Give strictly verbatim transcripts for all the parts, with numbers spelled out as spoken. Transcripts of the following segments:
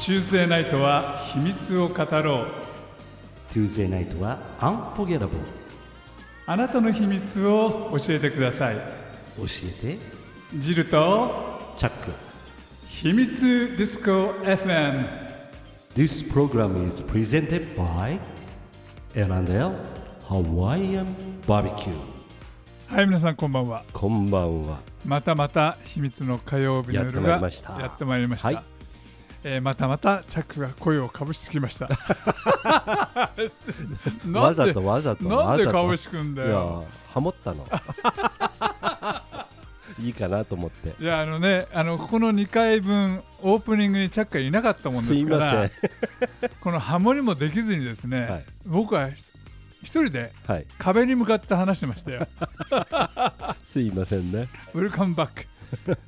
Tuesday ナイトは秘密を語ろう。 Tuesday ナイトは Unforgettable。 あなたの秘密を教えてください。 教えてジルとチャック。 秘密ディスコ エフエム。 This program is presented by エルアンドエル Hawaiian Barbecue。 はい、皆さんこんばんは。 こんばんは。 またまた秘密の火曜日の夜がやってまいりました。 やってまいりました、 はい。 えー、またまたチャックが声をかぶしてきましたわざとわざとなんでかぶしてくんだよ。 いやハモったのいいかなと思って。 いやあのねあのこのにかいぶんオープニングにチャックがいなかったもんですからすいませんこのハモリもできずにですね、はい、僕は一人で壁に向かって話してましたよ、 はい、すいませんね。 ウェルカムバック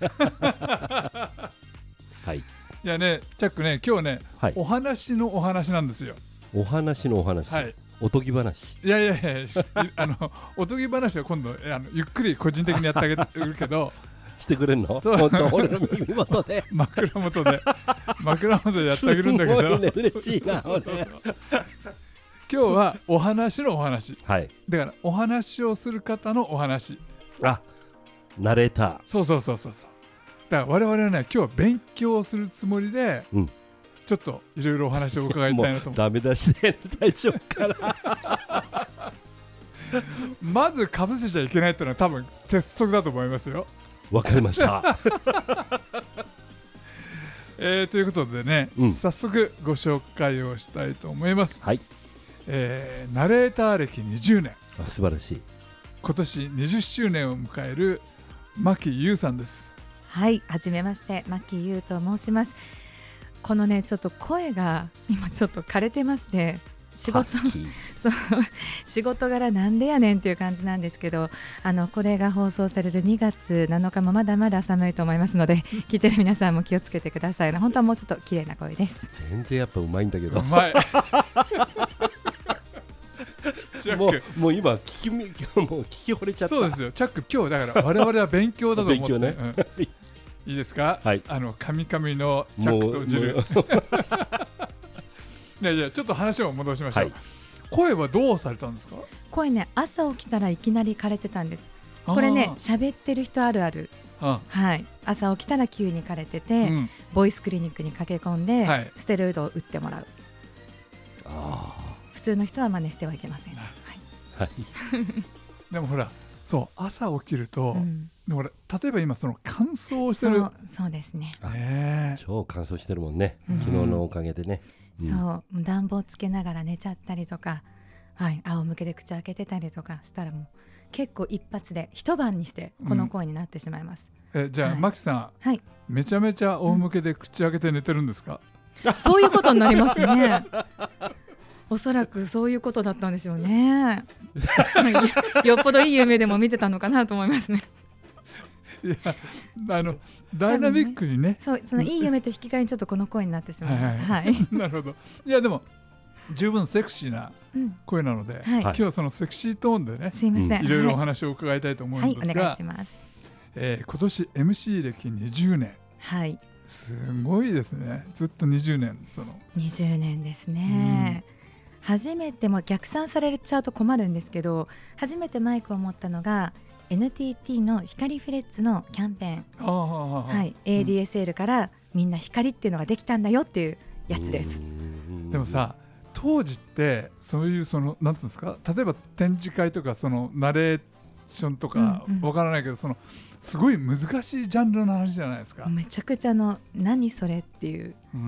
はい。 いやねチャックね今日ね、はい、お話のお話なんですよ。 お話のお話、はい、おとぎ話。 いやいやいやあのおとぎ話は今度あのゆっくり個人的にやってあげるけどしてくれんの？本当俺の耳元で枕元で枕元でやってあげるんだけどすごいね嬉しいな俺今日はお話のお話、 はい、 だからお話をする方のお話。 あ、ナレーター。 そうそうそうそうそう。だから我々はね今日は勉強するつもりで、うん、ちょっといろいろお話を伺いたいなと思う。 ダメ出しで最初からまずかぶせちゃいけないっていうのは多分鉄則だと思いますよ。 わかりましたえー、ということでね、うん、早速ご紹介をしたいと思います。 はい。 えー、ナレーター歴にじゅうねん。 あ、素晴らしい。 今年にじゅっしゅうねんを迎える牧優さんです。 はい、はじめまして牧優と申します。このねちょっと声が今ちょっと枯れてまして仕事そう仕事柄なんでやねんっていう感じなんですけど、あのこれが放送されるにがつなのかもまだまだ寒いと思いますので聞いてる皆さんも気をつけてください。本当はもうちょっと綺麗な声です。 全然やっぱうまいんだけど。 うまいもう、もう今聞きもう聞き惚れちゃった。 そうですよチャック今日だから我々は勉強だと思って勉強ね、 うん、いいですか、 はい、 あの神々のチャックとジルいやいやちょっと話を戻しましょう、はい、声はどうされたんですか？ 声ね朝起きたらいきなり枯れてたんです。これね喋ってる人あるある。ああ、はい、朝起きたら急に枯れてて、うん、ボイスクリニックに駆け込んで、はい、ステロイドを打ってもらう。あ普通の人は真似してはいけません、はいはい、 でもほらそう朝起きると、うん、でも例えば今その乾燥してる。 そう、そうですね、 えー、超乾燥してるもんね、うん、昨日のおかげでね、 うん、そう暖房つけながら寝ちゃったりとか、はい、仰向けで口開けてたりとかしたらもう結構一発で一晩にしてこの声になってしまいます、 うん、えじゃあ、はい、マキさん、 はい、 めちゃめちゃ仰向けで口開けて寝てるんですか？ うん、そういうことになりますねおそらくそういうことだったんでしょうねよっぽどいい夢でも見てたのかなと思いますね。 いやあのダイナミックにね、 そうそのいい夢と引き換えにちょっとこの声になってしまいました。はいはいはい、 なるほど。いやでも十分セクシーな声なので、うんはい、今日はそのセクシートーンでね、 すいません、 いろいろお話を伺いたいと思うんですが、 はいはい、お願いします。 えー、今年 エムシー 歴にじゅうねん、 はい、 すごいですね。ずっとにじゅうねん。そのにじゅうねんですね、うん、初めても逆算されちゃうと困るんですけど、初めてマイクを持ったのが エヌティーティー の光フレッツのキャンペーン、はい、エーディーエスエル からみんな光っていうのができたんだよっていうやつです。 でもさ当時ってそういうそのなんていうんですか、例えば展示会とかそのナレーションとかわからないけど、うんうん、そのすごい難しいジャンルの話じゃないですか。 めちゃくちゃの何それっていう、うんうん、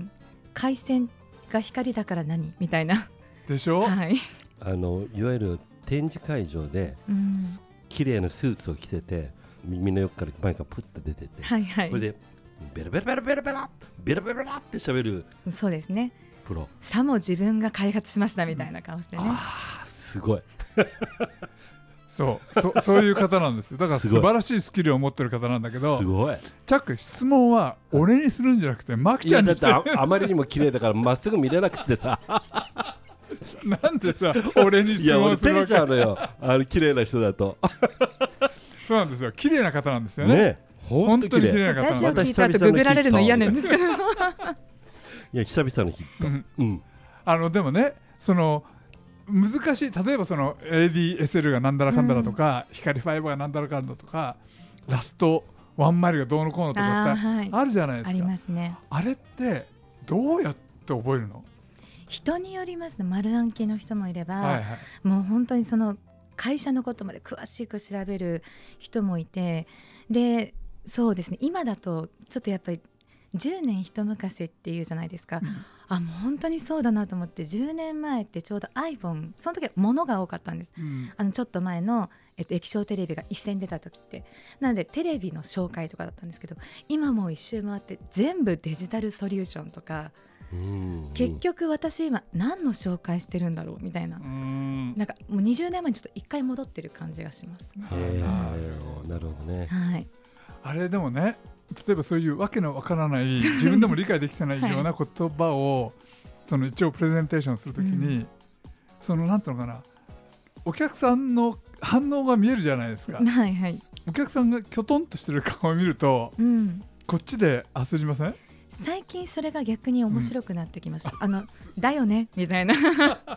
回線が光だから何みたいなでしょ、 はい、 あのいわゆる展示会場で、うん、綺麗なスーツを着てて耳の横から前からプッと出てて、 はいはい、 これでベラベラベラベラベラベラベラベラって喋る。 そうですね、 プロさも自分が開発しましたみたいな顔してね、うん、 あすごいそう そ, そういう方なんですよ。だから素晴らしいスキルを持ってる方なんだけど、 すごい。 チャック質問は俺にするんじゃなくてマキちゃんにしてる。 いやだって あ, あまりにも綺麗だからまっすぐ見れなくてさなんでさ俺に質問するわけ。いや俺照れちゃうのよ、あの綺麗な人だとそうなんですよ、綺麗な方なんですよね。 ね、本当に綺麗な方。私を聞いた後ググられるの嫌なんですけどいや久々のヒット、 うんうん、 あのでもねその難しい例えばその エーディーエスエル がなんだらかんだらとか、うん、光ファイバーがなんだらかんだとかラストワンマイルがどうのこうのとかってあるじゃないですか。 ありますね。 あれってどうやって覚えるの？ 人によりますね。丸暗記の人もいれば、 はいはい、 もう本当にその会社のことまで詳しく調べる人もいて、でそうですね今だとちょっとやっぱりじゅうねん一昔っていうじゃないですか、うん、あもう本当にそうだなと思ってじゅうねんまえってちょうど iPhone その時は物が多かったんです、うん、あのちょっと前の、えっと、液晶テレビが一斉に出た時ってなのでテレビの紹介とかだったんですけど今もう一周回って全部デジタルソリューションとかうん結局私今何の紹介してるんだろうみたいなうんなんかもうにじゅうねんまえにちょっと一回戻ってる感じがします。 へーなるほどね、 はい、 あれでもね例えばそういうわけのわからない自分でも理解できてないような言葉を、はい、その一応プレゼンテーションするときに、うん、そのなんていうのかなお客さんの反応が見えるじゃないですか、 はいはい、 お客さんがきょとんとしてる顔を見ると、うん、こっちで焦りません？ 最近それが逆に面白くなってきました、うん、あのだよねみたいな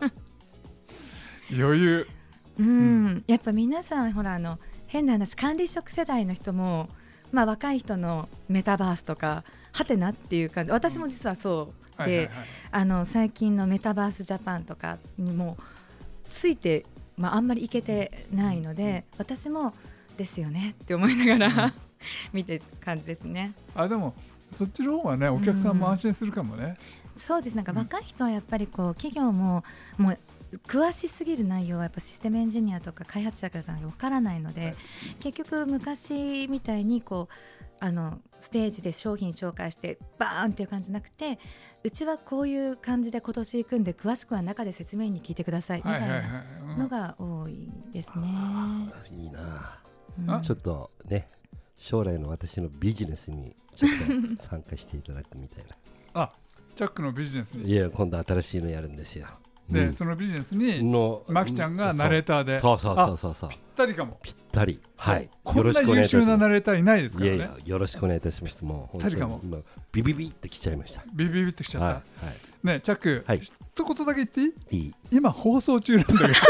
余裕、 うんうん、やっぱ皆さんほらあの変な話管理職世代の人もまあ、若い人のメタバースとかはてなっていう感じ私も実はそうであの最近のメタバースジャパンとかにもついて、まあ、あんまりいけてないので私もですよねって思いながら、うん、見てる感じですね。 あでもそっちの方がねお客さんも安心するかもね、 うん、そうですなんか若い人はやっぱりこう企業ももう詳しすぎる内容はやっぱシステムエンジニアとか開発者からじゃわからないので、はい、結局昔みたいにこうあのステージで商品紹介してバーンっていう感じじゃなくてうちはこういう感じで今年行くんで詳しくは中で説明に聞いてくださいみたいなのが多いですね。 いいな、うん、ちょっとね将来の私のビジネスにちょっと参加していただくみたいなあチャックのビジネスにいや今度新しいのやるんですよ。 で、 うん、 そのビジネスにマキちゃんがナレーターでそうそうそうそうそうぴったりかもぴったりはいこんな優秀なナレーターいないですからね。いやいやよろしくお願いいたします。もう本当に今ビビビってきちゃいました。 ビビビってきちゃった、はいはい、ねチャック、はい、一言だけ言っていい？いい今放送中なんだけど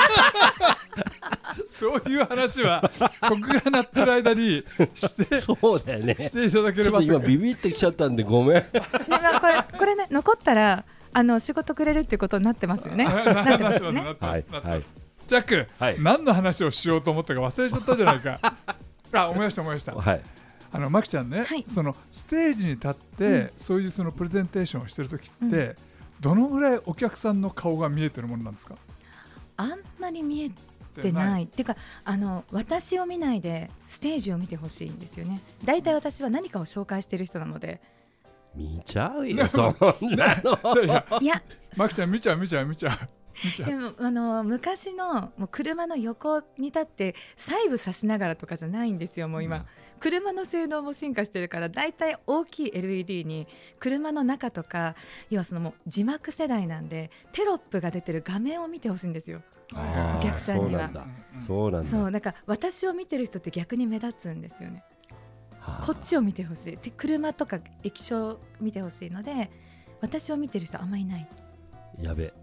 そういう話は曲が鳴ってる間にしてそうだよねしていただければ。ちょっと今ビビってきちゃったんでごめんこれこれね残ったらあの仕事くれるっていうことになってますよね。なってますね。 ジャック、はい、何の話をしようと思ったか忘れちゃったじゃないかあ思い出した思い出した、はい、あのマキちゃんね、はい、そのステージに立って、うん、そういうそのプレゼンテーションをしてるときって、うん、どのぐらいお客さんの顔が見えてるものなんですか？ あんまり見えてないっていうかあの私を見ないでステージを見てほしいんですよね。だいたい私は何かを紹介してる人なので見ちゃうよそんなのいやいやマキちゃん見ちゃう見ちゃう見ちゃうでもあの昔のもう車の横に立って細部差しながらとかじゃないんですよ。もう今、うん、車の性能も進化してるからだいたい大きい エルイーディー に車の中とか要はそのもう字幕世代なんでテロップが出てる画面を見てほしいんですよお客さんには。 そうなんだそうだから私を見てる人って逆に目立つんですよね。こっちを見てほしいで車とか液晶見てほしいので私を見てる人あんまりいない。 やべ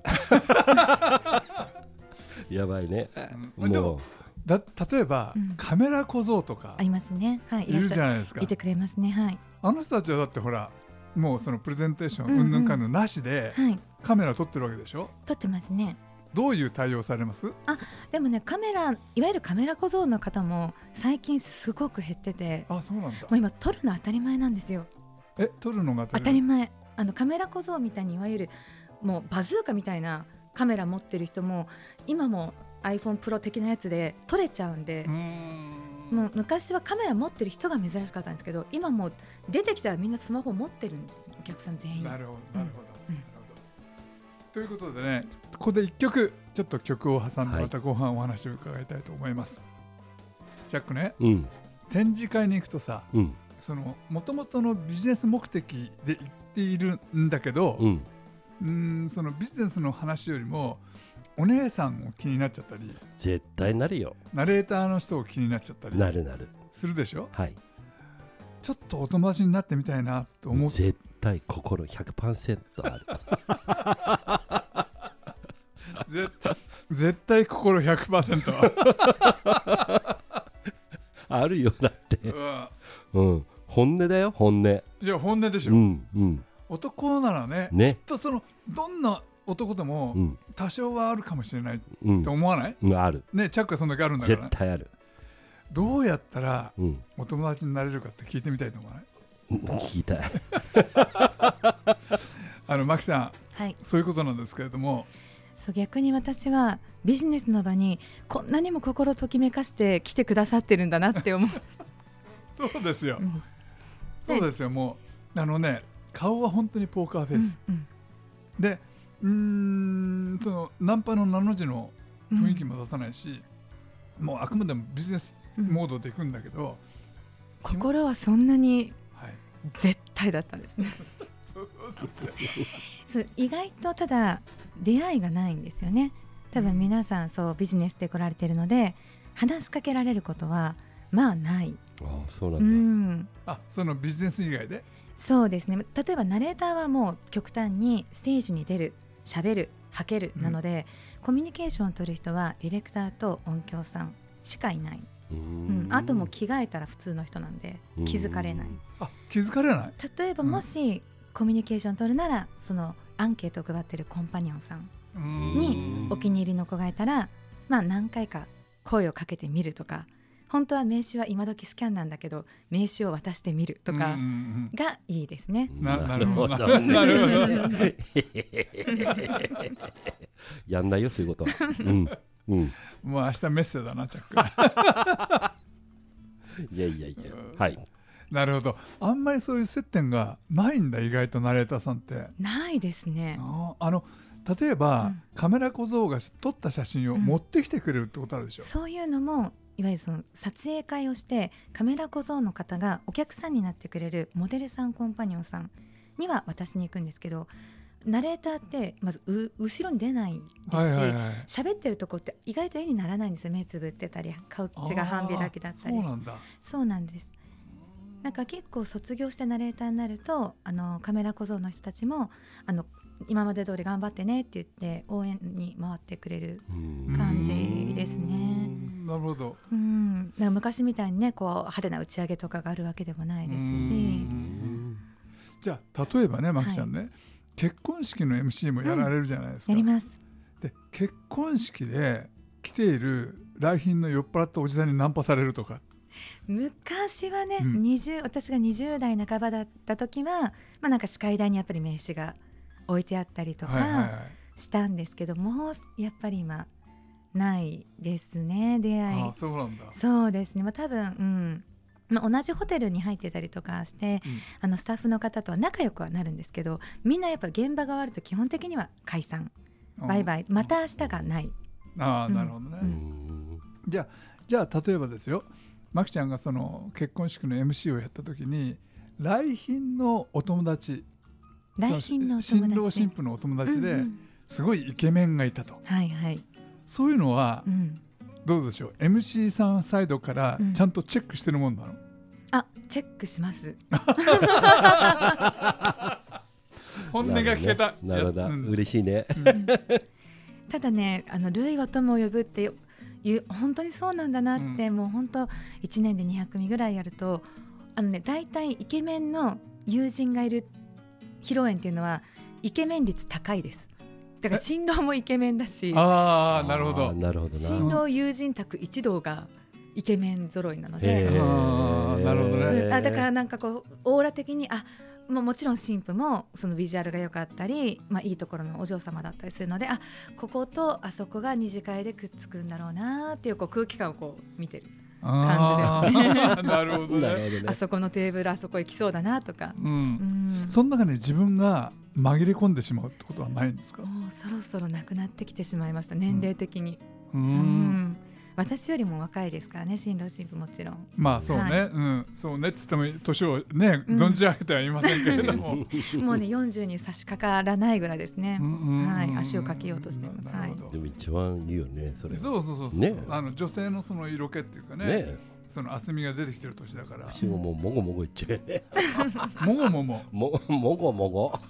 やばいね、 うん、もうだ例えば、うん、カメラ小僧とかありますね、はい、 いるじゃないですか。 いてくれますね、はい、 あの人たちはだってほらもうそのプレゼンテーションうんぬんかんぬんなしで、はい、カメラ撮ってるわけでしょ。 撮ってますね。 どういう対応されます？ あでもねカメラいわゆるカメラ小僧の方も最近すごく減ってて。 あそうなんだ。 もう今撮るの当たり前なんですよ。 え撮るのが当たり前。あのカメラ小僧みたいにいわゆるもうバズーカみたいなカメラ持ってる人も今も iPhone プロ的なやつで撮れちゃうんで、うーんもう昔はカメラ持ってる人が珍しかったんですけど今もう出てきたらみんなスマホ持ってるんですよお客さん全員。 なるほどなるほど、うん、なるほど。ということでねここでいっきょくちょっと曲を挟んでまた後半お話を伺いたいと思います、はい、ジャックね、うん、展示会に行くとさ、うん、その元々のビジネス目的で行っているんだけど、うんうんそのビジネスの話よりもお姉さんを気になっちゃったり絶対なるよ。 ナレーターの人を気になっちゃったりなるなるするでしょ。 はい。 ちょっとお友達になってみたいなと思う絶対心 ひゃくパーセント ある絶, 絶対心 ひゃくパーセントあるよだって、うん、本音だよ本音。 いや本音でしょ、 うんうん、 男なら ね, ねきっとそのどんな男でも多少はあるかもしれないと思わない、 うんうん、あるね。チャックはそんだけあるんだから、 絶対ある。 どうやったらお友達になれるかって聞いてみたいと思わない、 うん、聞きたいあのマキさん、 はい、 そういうことなんですけれども、 そう逆に私はビジネスの場にこんなにも心ときめかして来てくださってるんだなって思うそうですよ、うん、そうですよ。もうあのね、顔は本当にポーカーフェイス、うんうん、でうーんそのナンパの名の字の雰囲気も出さないし、うん、もうあくまでもビジネスモードでいくんだけど、 うん、心はそんなに絶対だったんですね、はい、 そうそうですねそう意外とただ出会いがないんですよね。多分皆さんそうビジネスで来られているので話しかけられることはまあない。 ああそうなんだ、うん、 あそのビジネス以外で。 そうですね。例えばナレーターはもう極端にステージに出る、喋る、はけるなので、うん、コミュニケーションを取る人はディレクターと音響さんしかいない。うん、あとも着替えたら普通の人なんで気づかれない。 あ気づかれない。 例えばもし、うん、コミュニケーション取るならそのアンケートを配ってるコンパニオンさんにお気に入りの子がいたら、まあ、何回か声をかけてみるとか、本当は名刺は今時スキャンなんだけど名刺を渡してみるとかがいいですね。 な, なるほどなるほどやんないよそういうことは、うんうん、 もう明日メッセだなチャックいやいやいや、はい、 なるほど。あんまりそういう接点がないんだ意外とナレーターさんって。 ないですね。 ああの例えば、うん、カメラ小僧が撮った写真を持ってきてくれるってことあるでしょ、うん、 そういうのもいわゆるその撮影会をしてカメラ小僧の方がお客さんになってくれるモデルさんコンパニオンさんには私に行くんですけど、ナレーターってまずう後ろに出ないですし、はいはいはい、喋ってるとこって意外と絵にならないんですよ。目つぶってたり顔口が半開きだったり。 そうなんだ。 そうなんです。なんか結構卒業してナレーターになるとあのカメラ小僧の人たちもあの今まで通り頑張ってねって言って応援に回ってくれる感じですね。 なるほど。 うん、だから昔みたいにねこう派手な打ち上げとかがあるわけでもないですし。 じゃあ例えばねマキちゃんね、はい、結婚式の エムシー もやられるじゃないですか、 うん、やります。 で結婚式で来ている来賓の酔っ払ったおじさんにナンパされるとか。 昔はね、うん、にじゅう私がにじゅう代半ばだった時は、まあ、なんか司会台にやっぱり名刺が置いてあったりとかしたんですけど、はいはいはい、もうやっぱり今ないですね出会い。 あ、そうなんだ。 そうですね、まあ、多分、うんまあ、同じホテルに入ってたりとかして、うん、あのスタッフの方とは仲良くはなるんですけど、みんなやっぱ現場が終わると基本的には解散、バイバイ、また明日がない。 ああ、なるほどね、うん、じゃあ、じゃあ例えばですよ、マキちゃんがその結婚式の エムシー をやった時に来賓のお友達、 来賓のお友達、 新郎新婦のお友達ですごいイケメンがいたと、 うんうん、はいはい、 そういうのはどうでしょう、うん、エムシー さんサイドからちゃんとチェックしてるもんなの、うん、 あ、チェックします本音が聞けた。 なるほど、うん、嬉しいね、うん、 ただね、あの類は友を呼ぶって本当にそうなんだなって、うん、もう本当いちねんでにひゃく組ぐらいやると、あのね、だいたいイケメンの友人がいる披露宴っていうのはイケメン率高いです。だから新郎もイケメンだし、 ああ、なるほど、 なるほどな、 新郎友人宅一同がイケメン揃いなので、 あ、なるほどね、 あ、だからなんかこうオーラ的に、あ、もうもちろん新婦もそのビジュアルが良かったり、まあ、いいところのお嬢様だったりするので、あ、こことあそこが二次会でくっつくんだろうなっていう、こう空気感をこう見てる感じですね。 なるほどね。 あそこのテーブルあそこ行きそうだなとか、 うんうん、その中に自分が紛れ込んでしまうってことはないんですか？ もうそろそろなくなってきてしまいました、年齢的に、 うんうん、 私よりも若いですからね、新郎新婦もちろん。まあそうね、はい、うん、そうねって言っても年をね、うん、存じ上げてはいませんけれどももうねよんじゅうに差し掛からないぐらいですね、うんうん、はい、足をかけようとしています、はい、 でも一番いいよねそれ。 そうそうそうそう、ね、あの女性のその色気っていうかね、ね、 その厚みが出てきてる年だから私ももうもごもご言っちゃうねもごももももごもご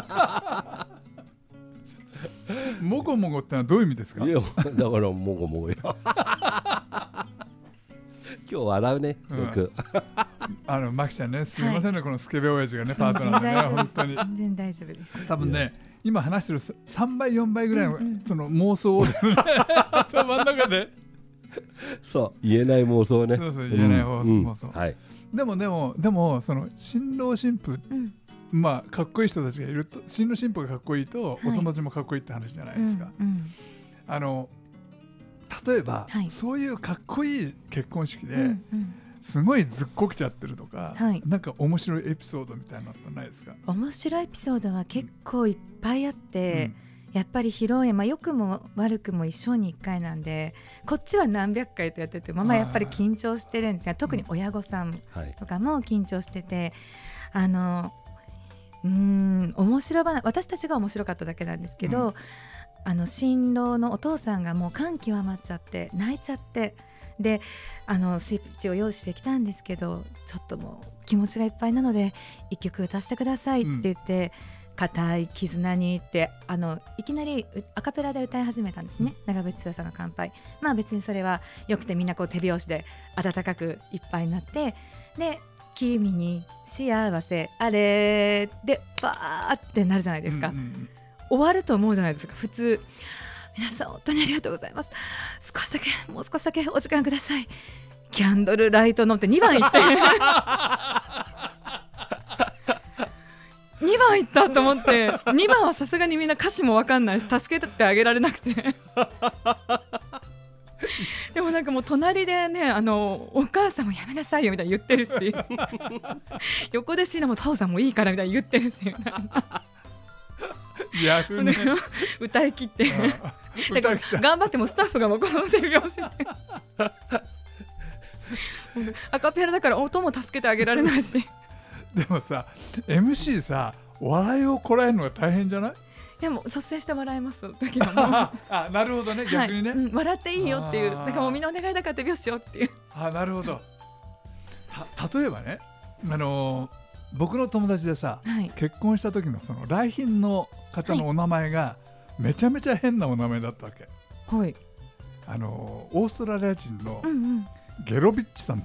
もごもごってのはどういう意味ですか？ いやだからもごもごよ今日笑うねよく、うん、 あのマキちゃんねすいませんね、はい、このスケベ親父がねパートナーでね本当に全然大丈夫です多分ね今話してるさんばいよんばいぐらいの、うんうん、その妄想をですね頭の中でそう言えない妄想ねそうそう言えない妄想、うん妄想はい、 でもでもでもその新郎新婦、うん、まあかっこいい人たちがいると新郎新婦がかっこいいと、はい、お友達もかっこいいって話じゃないですか、うんうん、あの例えば、はい、そういうかっこいい結婚式で、うんうん、すごいずっこけちゃってるとか、はい、なんか面白いエピソードみたいなのってないですか？ 面白いエピソードは結構いっぱいあって、うんやっぱり披露宴、まあ、良くも悪くも一生にいっかいなんでこっちは何百回とやってて、まあ、まあやっぱり緊張してるんですが特に親御さんとかも緊張してて、うん、あのうーん面白話私たちが面白かっただけなんですけど、うん、あの新郎のお父さんがもう感極まっちゃって泣いちゃってであのスイッチを用意してきたんですけどちょっともう気持ちがいっぱいなので一曲歌してくださいって言って、うん固い絆にってあのいきなりアカペラで歌い始めたんですね、長渕剛さんの乾杯。まあ別にそれはよくてみんなこう手拍子で温かくいっぱいになってで君に幸せあれでバーってなるじゃないですか、うんうん、終わると思うじゃないですか普通。皆さん本当にありがとうございます少しだけもう少しだけお時間くださいキャンドルライトのってにばん言ってにばんいったと思ってにばんはさすがにみんな歌詞も分かんないし助けてあげられなくてでもなんかもう隣でねあのお母さんもやめなさいよみたいな言ってるし横でシーナも父さんもいいからみたいな言ってるしやるね歌い切ってだから頑張ってもスタッフがもうこの手拍子してアカペラだから音も助けてあげられないしでもさ エムシー さ笑いをこらえるのが大変じゃない？ でも率先して笑います時はもうあなるほどね逆にね、 はいうん、笑っていいよっていうなんかもうみんなお願いだから手拍子よっていうあなるほどた例えばね、あのー、僕の友達でさ、はい、結婚した時のその来賓の方のお名前がめちゃめちゃ変なお名前だったわけ、 はい、 あのー、オーストラリア人のゲロビッチさんって、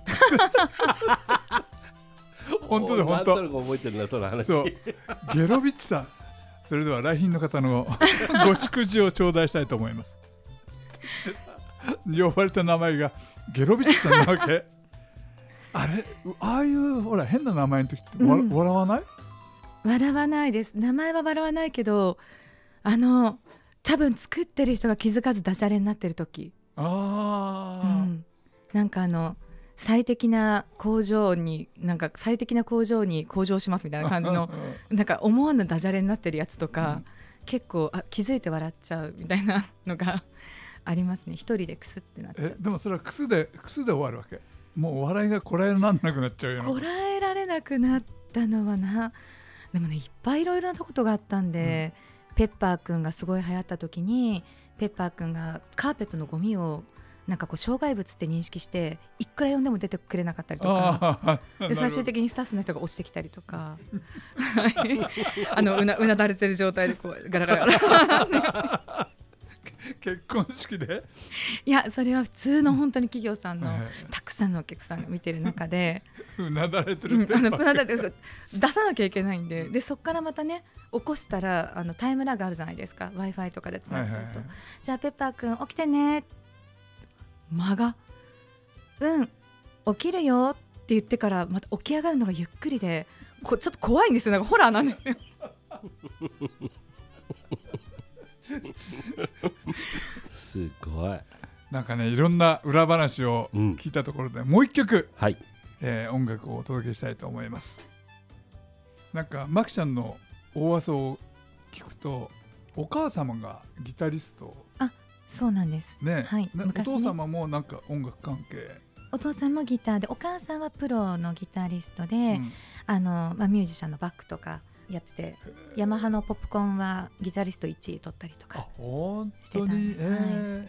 うんうん、本当で本当覚えてるなその話そうゲロビッチさんそれでは来賓の方のご祝辞を頂戴したいと思いますでさ呼ばれた名前がゲロビッチさんなわけあれああいうほら変な名前の時って、うん、笑わない？ 笑わないです。名前は笑わないけどあの多分作ってる人が気づかずダジャレになってる時あ、 うん、なんかあの最適な工場になんか最適な工場に工場しますみたいな感じのなんか思わぬダジャレになってるやつとか、うん、結構あ気づいて笑っちゃうみたいなのがありますね。一人でクスってなっちゃう。 えでもそれはクスでクスで終わるわけ？もう笑いがこらえられなくなっちゃうような。 こらえられなくなったのはなでもねいっぱいいろいろなことがあったんで、うん、ペッパーくんがすごい流行った時にペッパーくんがカーペットのゴミをなんかこう障害物って認識していくら呼んでも出てくれなかったりとかで最終的にスタッフの人が押してきたりとかあのう な, うなだれてる状態でこうガラガラガラ結婚式でいやそれは普通の本当に企業さんのたくさんのお客さんが見てる中でうなだれてるって、うん、あのうなだれてる出さなきゃいけないんで、でそこからまたね起こしたらあのタイムラグあるじゃないですか Wi-Fi とかでつながってると、はいはいはい、じゃあペッパーくん起きてね間がうん起きるよって言ってからまた起き上がるのがゆっくりでこちょっと怖いんですよ。なんかホラーなんですよすごいなんかねいろんな裏話を聞いたところで、うん、もう一曲、 はいえー、音楽をお届けしたいと思います。なんかマキちゃんの大噂を聞くとお母様がギタリスト。 あそうなんです、 ねはい、 昔ねお父様もなんか音楽関係。 お父さんもギターでお母さんはプロのギタリストで、うん、あのまあ、ミュージシャンのバックとかやっててヤマハのポップコーンはギタリストいちい取ったりとかしてたんです。 本当に、えーはい、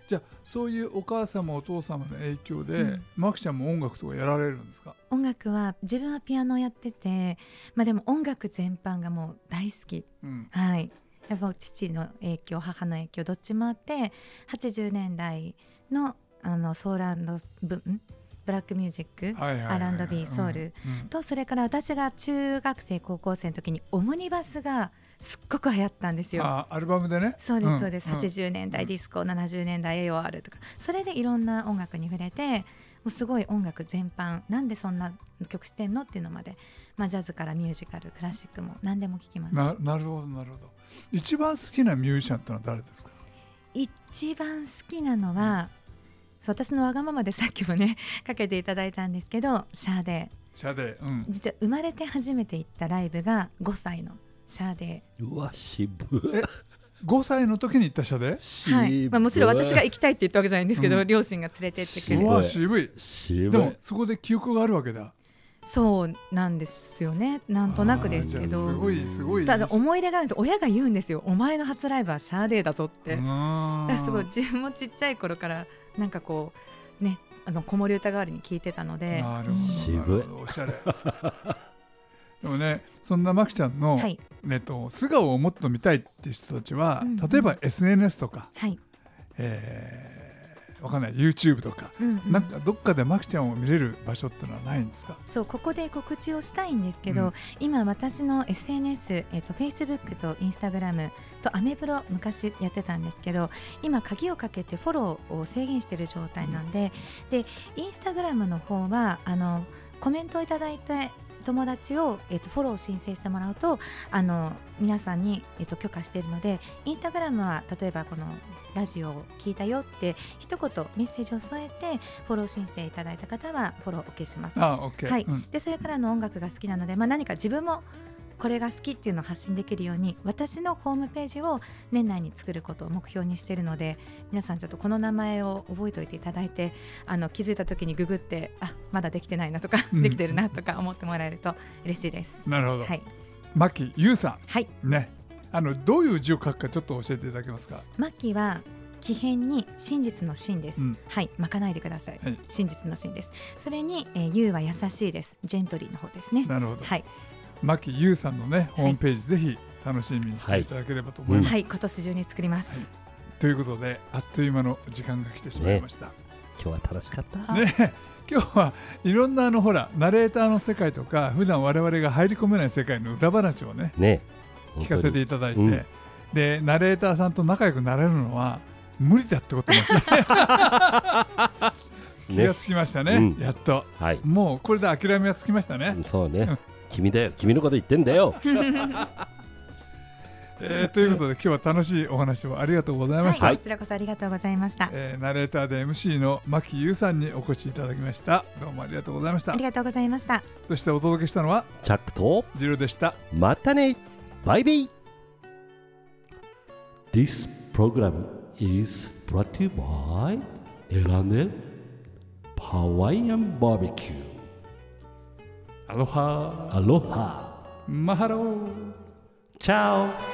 じゃあそういうお母様お父様の影響で、うん、マキちゃんも音楽とかやられるんですか？ 音楽は自分はピアノをやってて、まあ、でも音楽全般がもう大好き、うん、はい、やっぱ父の影響母の影響どっちもあって、はちじゅうねんだい の, あのソーランドブブラックミュージック、はいはいはいはい、アールアンドビー ソウル、うんうん、とそれから私が中学生高校生の時にオムニバスがすっごく流行ったんですよ。 あ、アルバムでね。 そうですそうです、うん、はちじゅうねんだいディスコ、ななじゅうねんだい エーオーアール とか、それでいろんな音楽に触れて、もうすごい音楽全般、なんでそんな曲してんのっていうのまで、まあ、ジャズからミュージカルクラシックも何でも聴きます。 な, なるほどなるほど。一番好きなミュージシャンってのは誰ですか？ 一番好きなのは、そう私のわがままでさっきもねかけていただいたんですけど、シャーデー。 シャーデー、うん、 実は生まれて初めて行ったライブがごさいのシャーデー。 うわ渋えごさいの時に行ったシャーデー、 はい、まあ、もちろん私が行きたいって言ったわけじゃないんですけど、うん、両親が連れてってくれて。 うわ渋い渋い。 でもそこで記憶があるわけだ。 そうなんですよね、なんとなくですけど。 すごいすごい。 ただ思い入れがあるんです。親が言うんですよ、お前の初ライブはシャーデーだぞって。だからすごい自分もちっちゃい頃からなんかこうね、あの子守歌代わりに聞いてたので。 なるほど、 渋い、 おしゃれでもね、そんなマキちゃんの、はい、ね、と素顔をもっと見たいって人たちは、うんうん、例えば エスエヌエス とか、はい、えー、わかんない YouTube とか、うんうん、なんかどっかでマキちゃんを見れる場所ってのはないんですか？ そう、ここで告知をしたいんですけど、うん、今私の エスエヌエス、えー、と Facebook と Instagram とアメブロ昔やってたんですけど、今鍵をかけてフォローを制限している状態なんで、うん、で Instagram の方はあのコメントをいただいて友達を、えー、とフォローを申請してもらうと、あの皆さんに、えー、と許可しているので、インスタグラムは例えばこのラジオを聞いたよって一言メッセージを添えてフォロー申請いただいた方はフォローをお消します。 あ、OK、 はい、 うん、 でそれからの音楽が好きなので、まあ、何か自分もこれが好きっていうのを発信できるように私のホームページを年内に作ることを目標にしているので、皆さんちょっとこの名前を覚えておいていただいて、あの気づいた時にググって、あ、まだできてないなとか、うん、できてるなとか思ってもらえると嬉しいです。 なるほど、 はい、 牧優さん、 はい、 ね、あのどういう字を書くかちょっと教えていただけますか？ 牧は木偏に真実の真です、うん、はい、巻かないでください、はい、真実の真です。それに、えー、優は優しいです。ジェントリーの方ですね。 なるほど、 はい、 牧優さんのねホームページ、はい、ぜひ楽しみにしていただければと思います。 はい、今年中に作ります、はい、 ということであっという間の時間が来てしまいました、ね、 今日は楽しかったね。今日はいろんなあのほらナレーターの世界とか普段我々が入り込めない世界の裏話を ね, ね聞かせていただいて、うん、でナレーターさんと仲良くなれるのは無理だってことになって気がつきました ね, ね、うん、やっと、はい、もうこれで諦めがつきましたね。 そうね君だよ、君のこと言ってんだよ、 えー、ということで今日は楽しいお話をありがとうございました、 はい、こちらこそありがとうございました、 えー、ナレーターで エムシー の牧優さんにお越しいただきました。どうもありがとうございました。 ありがとうございました。 そしてお届けしたのはチャックとジルでした。 またね、バイビー。 This program is brought to you by エラネハワイアンバーベキュー。アロハアロハマハローチャオ。